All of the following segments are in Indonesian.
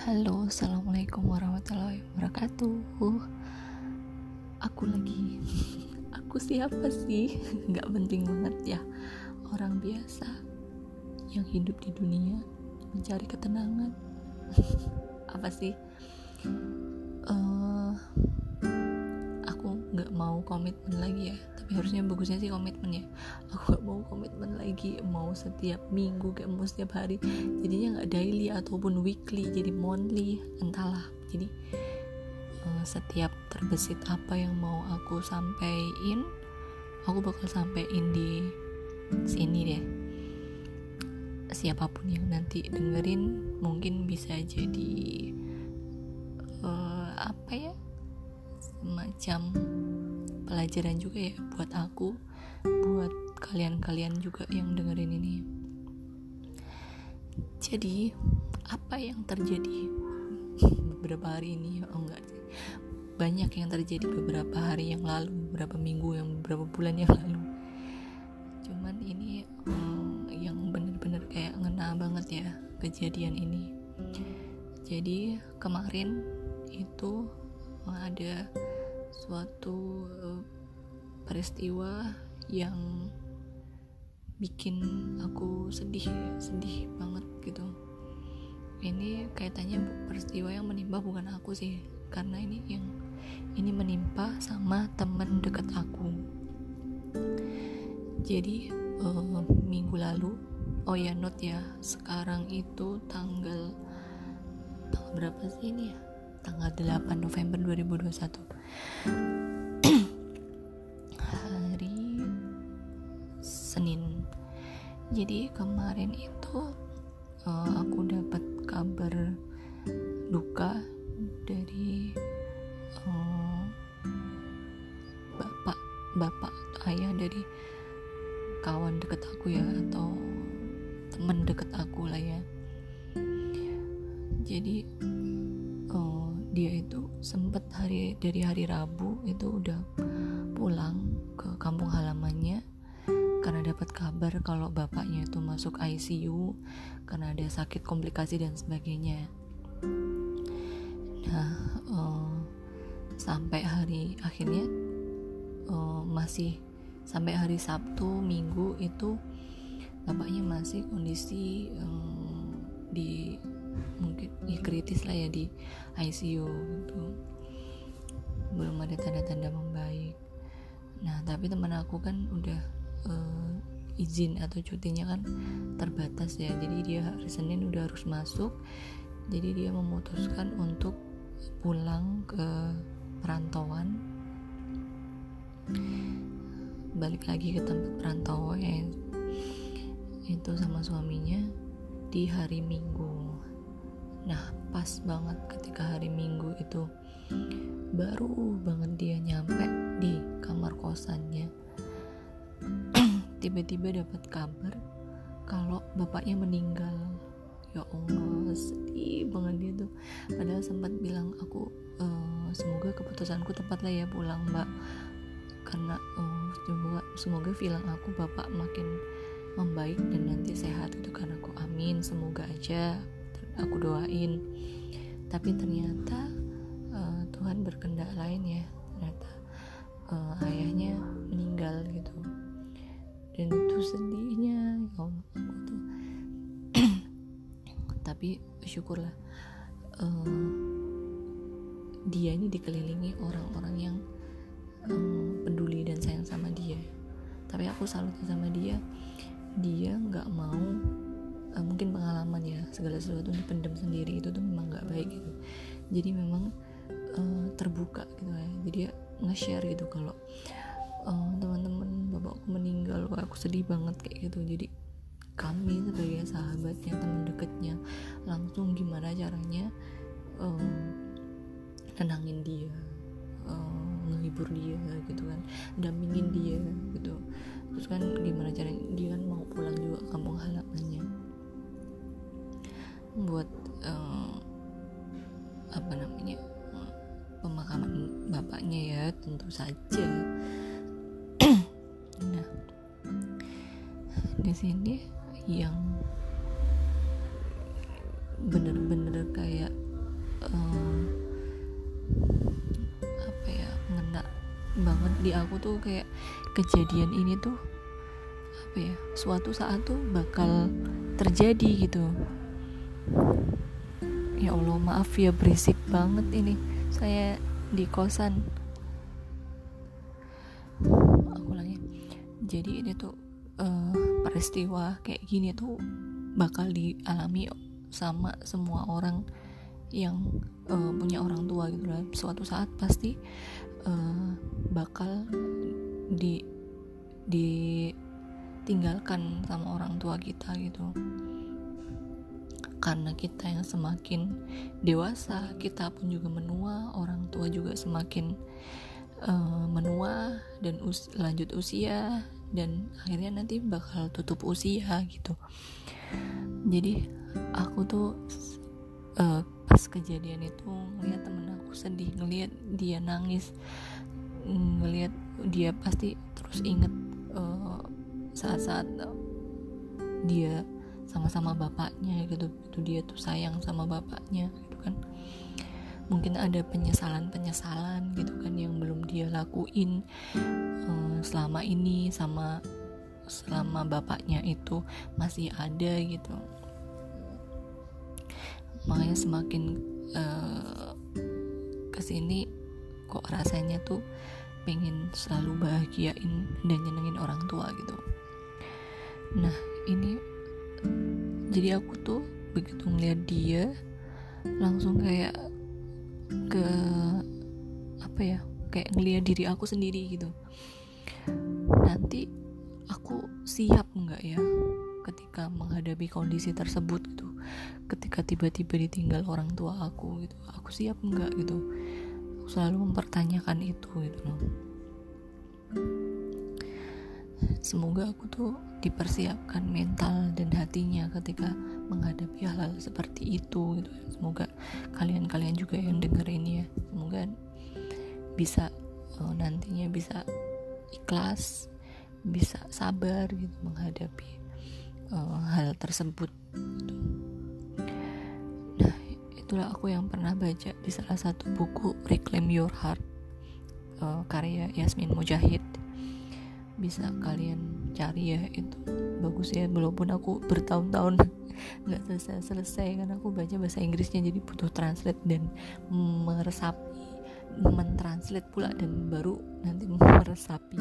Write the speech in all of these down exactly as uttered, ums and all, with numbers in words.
Halo, assalamualaikum warahmatullahi wabarakatuh. Aku lagi, aku siapa sih? Gak penting banget ya. Orang biasa yang hidup di dunia mencari ketenangan. Apa sih? Uh, aku gak mau komitmen lagi ya. Tapi harusnya bagusnya sih komitmen ya. Aku gak mau komitmen lagi. Mau setiap minggu, kayak mau setiap hari. Jadinya gak daily ataupun weekly, jadi monthly, entahlah. Jadi uh, setiap terbesit apa yang mau aku sampein, aku bakal sampein di sini deh. Siapapun yang nanti dengerin mungkin bisa jadi uh, apa ya, semacam pelajaran juga ya buat aku, buat kalian-kalian juga yang dengerin ini. Jadi apa yang terjadi beberapa hari ini? Oh enggak sih, banyak yang terjadi beberapa hari yang lalu, beberapa minggu, yang beberapa bulan yang lalu. Cuman ini hmm, yang bener-bener kayak ngena banget ya kejadian ini. Jadi kemarin itu ada suatu peristiwa yang bikin aku sedih sedih banget gitu. Ini kaitannya peristiwa yang menimpa bukan aku sih, karena ini yang ini menimpa sama teman dekat aku. Jadi uh, minggu lalu, oh ya note ya, sekarang itu tanggal tanggal berapa sih ini ya? Tanggal delapan November dua ribu dua puluh satu. Hari Senin. Jadi kemarin itu uh, aku dapat kabar duka dari uh, bapak bapak atau ayah dari kawan deket aku ya, atau teman deket aku lah ya. Jadi uh, dia itu sempat hari dari hari Rabu itu udah pulang ke kampung halamannya karena dapat kabar kalau bapaknya itu masuk I C U karena ada sakit komplikasi dan sebagainya. Nah, uh, sampai hari akhirnya uh, masih sampai hari Sabtu Minggu itu bapaknya masih kondisi um, di mungkin ya kritis lah ya, di I C U gitu. Belum ada tanda-tanda membaik. Nah, tapi teman aku kan udah uh, izin atau cutinya kan terbatas ya. Jadi dia hari Senin udah harus masuk. Jadi dia memutuskan untuk pulang ke perantauan, balik lagi ke tempat perantauan ya, itu sama suaminya di hari Minggu. Nah, pas banget ketika hari Minggu itu baru banget dia nyampe di kamar kosannya, tiba-tiba dapat kabar kalau bapaknya meninggal. Ya Allah, sedih banget dia tuh. Padahal sempat bilang aku e, semoga keputusanku tepat lah ya pulang mbak, karena oh, semoga semoga feeling aku bapak makin membaik dan nanti sehat gitu kan. Aku amin, semoga aja, aku doain. Tapi ternyata uh, Tuhan berkehendak lain ya. Ternyata uh, ayahnya meninggal gitu. Dan itu sedihnya ya Allah, aku tuh tapi syukurlah uh, dia ini dikelilingi orang-orang yang um, peduli dan sayang sama dia. Tapi aku salut sama dia, dia nggak mau uh, mungkin pengalaman ya, segala sesuatu dipendam sendiri itu tuh memang nggak baik gitu. Jadi memang uh, terbuka gitu ya. Jadi dia nge-share gitu kalau uh, teman-teman bapakku meninggal, wah aku sedih banget kayak gitu. Jadi kami sebagai sahabatnya, teman dekatnya, langsung gimana caranya um, nenangin dia, um, ngehibur dia gitu kan, dampingin dia gitu. Terus kan gimana caranya, dia kan mau pulang juga ke kampung halamannya buat um, apa namanya pemakaman bapaknya ya, tentu saja. Nah, di sini yang bener-bener kayak uh, apa ya, ngena banget di aku tuh, kayak kejadian ini tuh apa ya, suatu saat tuh bakal terjadi gitu. Ya Allah, maaf ya, berisik banget ini saya di kosan. Aku lagi. Jadi ini tuh uh, peristiwa kayak gini tuh bakal dialami sama semua orang yang uh, punya orang tua gitu lah. Suatu saat pasti uh, bakal di ditinggalkan sama orang tua kita gitu. Karena kita yang semakin dewasa, kita pun juga menua, orang tua juga semakin uh, menua dan us- lanjut usia, dan akhirnya nanti bakal tutup usia gitu. Jadi aku tuh uh, pas kejadian itu ngeliat temen aku sedih, ngeliat dia nangis, ngeliat dia pasti terus inget uh, saat-saat uh, dia sama-sama bapaknya gitu, itu dia tuh sayang sama bapaknya gitu kan. Mungkin ada penyesalan-penyesalan gitu kan yang belum dia lakuin um, selama ini, sama selama bapaknya itu masih ada gitu. Makanya semakin uh, kesini kok rasanya tuh pengen selalu bahagiain dan nyenengin orang tua gitu. Nah ini jadi aku tuh begitu ngeliat dia langsung kayak ke apa ya, kayak ngeliat diri aku sendiri gitu. Nanti aku siap nggak ya ketika menghadapi kondisi tersebut gitu, ketika tiba-tiba ditinggal orang tua aku gitu, aku siap nggak gitu. Aku selalu mempertanyakan itu gitu loh. Semoga aku tuh dipersiapkan mental dan hatinya ketika menghadapi hal-hal seperti itu gitu. Semoga kalian-kalian juga yang denger ini ya, semoga bisa uh, nantinya bisa ikhlas, bisa sabar gitu menghadapi uh, hal tersebut gitu. Nah itulah aku yang pernah baca di salah satu buku Reclaim Your Heart, uh, karya Yasmin Mujahid. Bisa kalian cari ya, itu bagus ya, walaupun aku bertahun-tahun nggak selesai-selesai karena aku baca bahasa Inggrisnya, jadi butuh translate dan meresapi, mentranslate pula, dan baru nanti meresapi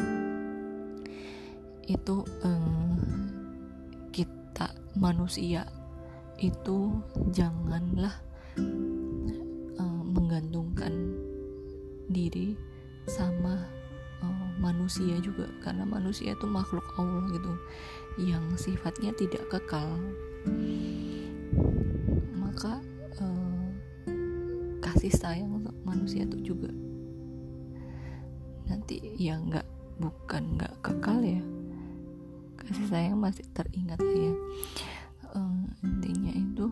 itu. eh, kita manusia itu janganlah eh, menggantungkan diri sama uh, manusia juga, karena manusia itu makhluk Allah gitu yang sifatnya tidak kekal. Maka uh, kasih sayang manusia itu juga nanti ya nggak, bukan nggak kekal ya, kasih sayang masih teringat ya. Uh, intinya itu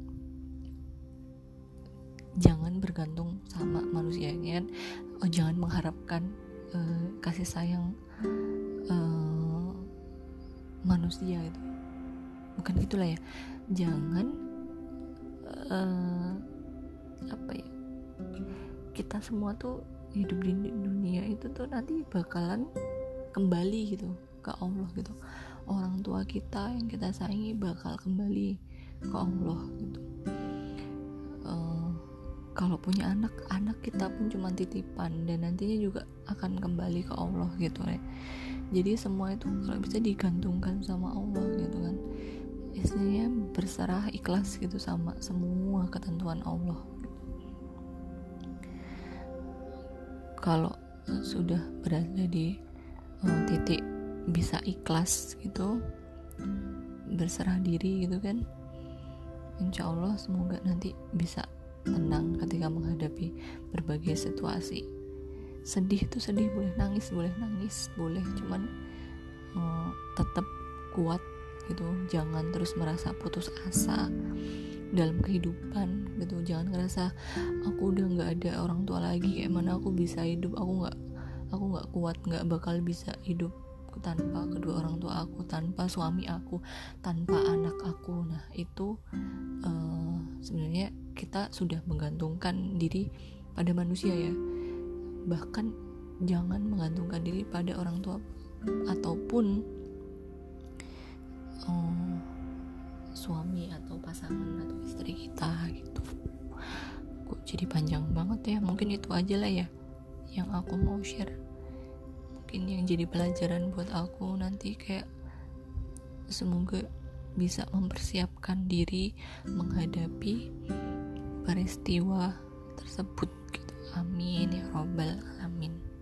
jangan bergantung sama manusia kan, oh, jangan mengharapkan uh, kasih sayang uh, manusia itu, bukan gitulah ya. Jangan uh, apa ya, kita semua tuh hidup di dunia itu tuh nanti bakalan kembali gitu ke Allah gitu. Orang tua kita yang kita sayangi bakal kembali ke Allah gitu. Uh, kalau punya anak, anak kita pun cuma titipan dan nantinya juga akan kembali ke Allah gitu ya. Jadi semua itu kalau bisa digantungkan sama Allah gitu kan, istilahnya berserah ikhlas gitu sama semua ketentuan Allah. Kalau sudah berada di uh, titik bisa ikhlas gitu, berserah diri gitu kan, insya Allah semoga nanti bisa tenang ketika menghadapi berbagai situasi. Sedih itu sedih, boleh nangis boleh nangis boleh, cuman uh, tetap kuat gitu. Jangan terus merasa putus asa dalam kehidupan gitu. Jangan ngerasa aku udah nggak ada orang tua lagi, kayak mana aku bisa hidup, aku nggak aku nggak kuat, nggak bakal bisa hidup tanpa kedua orang tua aku, tanpa suami aku, tanpa anak aku. Nah itu uh, sebenarnya kita sudah menggantungkan diri pada manusia ya. Bahkan jangan menggantungkan diri pada orang tua ataupun um, suami atau pasangan atau istri kita gitu. Kok jadi panjang banget ya. Mungkin itu aja lah ya yang aku mau share, mungkin yang jadi pelajaran buat aku nanti, kayak semoga bisa mempersiapkan diri menghadapi peristiwa tersebut gitu. Amin ya robbal alamin.